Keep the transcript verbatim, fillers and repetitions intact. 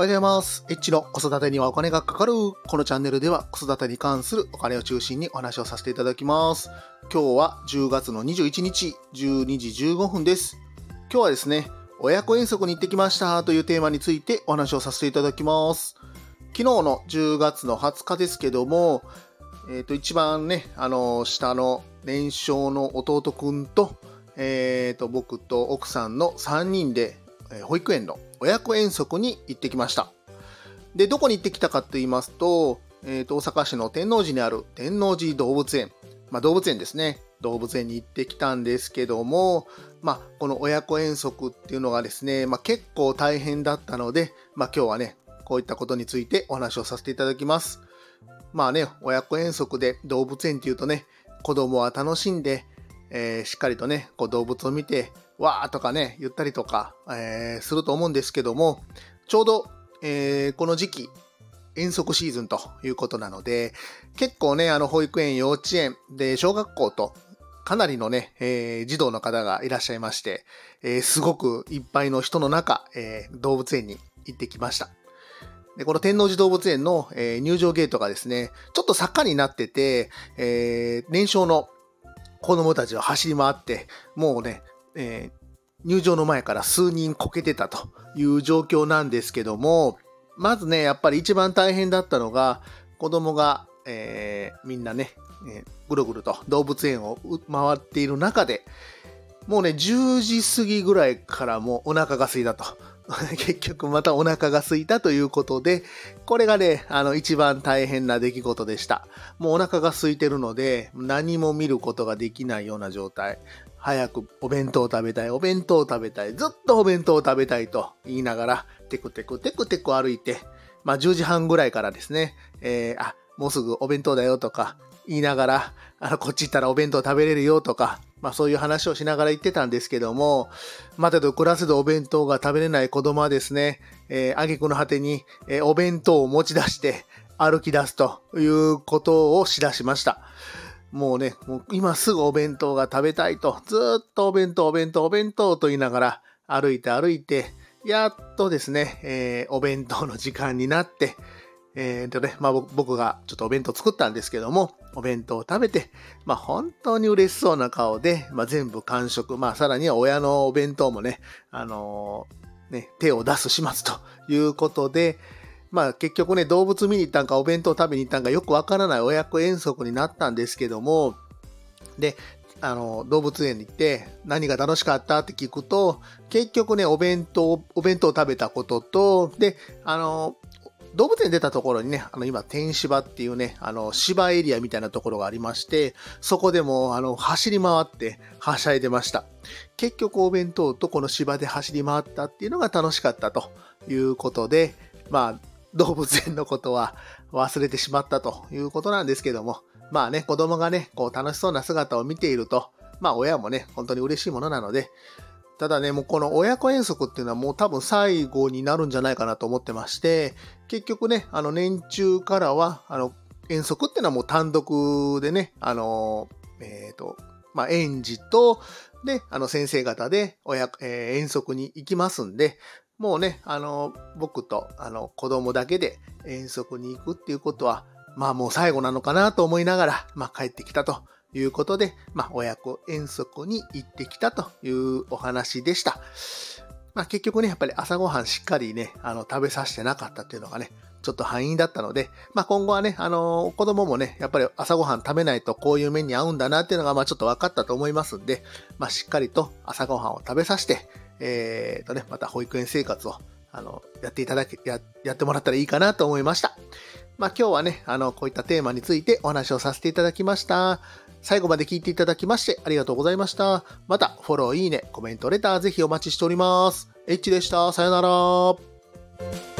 おはようございます。エッチの子育てにはお金がかかる。このチャンネルでは子育てに関するお金を中心にお話をさせていただきます。今日はじゅうがつのにじゅういちにちじゅうにじじゅうごふんです。今日はですね、親子遠足に行ってきましたというテーマについてお話をさせていただきます。昨日のじゅうがつのはつかですけども、えっと、一番ね、あの、下の年少の弟くんと、えっと、僕と奥さんのさんにんで、保育園の親子遠足に行ってきました。で、どこに行ってきたかと言いますと、えっと、大阪市の天王寺にある天王寺動物園。まあ、動物園ですね。動物園に行ってきたんですけども、まあ、この親子遠足っていうのがですね、まあ、結構大変だったので、まあ、今日はね、こういったことについてお話をさせていただきます。まあね、親子遠足で動物園っていうとね、子供は楽しんで、えー、しっかりとね、こう動物を見て、わーとかね、言ったりとか、えー、すると思うんですけども、ちょうど、えー、この時期、遠足シーズンということなので、結構ね、あの保育園、幼稚園で小学校とかなりのね、えー、児童の方がいらっしゃいまして、えー、すごくいっぱいの人の中、えー、動物園に行ってきました。でこの天王寺動物園の、えー、入場ゲートがですね、ちょっと坂になってて、えー、年少の子供たちは走り回って、もうね、えー、入場の前から数人こけてたという状況なんですけども、まずね、やっぱり一番大変だったのが、子供が、えー、みんなね、えー、ぐるぐると動物園を回っている中で、もうね、じゅうじ過ぎぐらいからもうお腹が空いたと。結局またお腹が空いたということで、これがね、あの一番大変な出来事でした。もうお腹が空いてるので、何も見ることができないような状態。早くお弁当を食べたい、お弁当を食べたい、ずっとお弁当を食べたいと言いながら、テクテクテクテク歩いて、まあじゅうじはんぐらいからですね、えー、あ、もうすぐお弁当だよとか言いながら、あの、こっち行ったらお弁当食べれるよとか、まあそういう話をしながら言ってたんですけども、待てど暮らせどお弁当が食べれない子供はですね、えー、挙句の果てに、えー、お弁当を持ち出して歩き出すということをしだしました。もうね、もう今すぐお弁当が食べたいと、ずっとお弁当、お弁当、お弁当と言いながら歩いて歩いて、やっとですね、えー、お弁当の時間になって、えーとね、まあ僕がちょっとお弁当作ったんですけども、お弁当を食べて、まあ本当に嬉しそうな顔で、まあ全部完食、まあさらには親のお弁当もね、あのー、ね、手を出す始末ということで、まあ結局ね、動物見に行ったんかお弁当食べに行ったんかよくわからない親子遠足になったんですけども、で、あの、動物園に行って何が楽しかったって聞くと、結局ね、お弁当、お弁当を食べたことと、で、あの、動物園出たところにね、あの今天芝っていうね、あの芝エリアみたいなところがありまして、そこでもあの走り回ってはしゃいでました。結局お弁当とこの芝で走り回ったっていうのが楽しかったということで、まあ動物園のことは忘れてしまったということなんですけども、まあね、子供がね、こう楽しそうな姿を見ていると、まあ親もね、本当に嬉しいものなので、ただね、もうこの親子遠足っていうのはもう多分最後になるんじゃないかなと思ってまして、結局ね、あの年中からは、あの遠足っていうのはもう単独でね、あの、えっと、まあ園児と、で、あの先生方で親、えー、遠足に行きますんで、もうね、あの、僕とあの子供だけで遠足に行くっていうことは、まあもう最後なのかなと思いながら、まあ帰ってきたということで、まあ親子遠足に行ってきたというお話でした。まあ結局ね、やっぱり朝ごはんしっかりね、あの食べさせてなかったっていうのがね、ちょっと敗因だったので、まあ今後はね、あの子供もね、やっぱり朝ごはん食べないとこういう目に遭うんだなっていうのがまあちょっと分かったと思いますんで、まあしっかりと朝ごはんを食べさせて、えーとね、また保育園生活をあのやっていただけ、や、やってもらったらいいかなと思いました。まあ今日はね、あのこういったテーマについてお話をさせていただきました。最後まで聞いていただきましてありがとうございました。またフォロー、いいね、コメント、レターぜひお待ちしております。エッチでした。さよなら。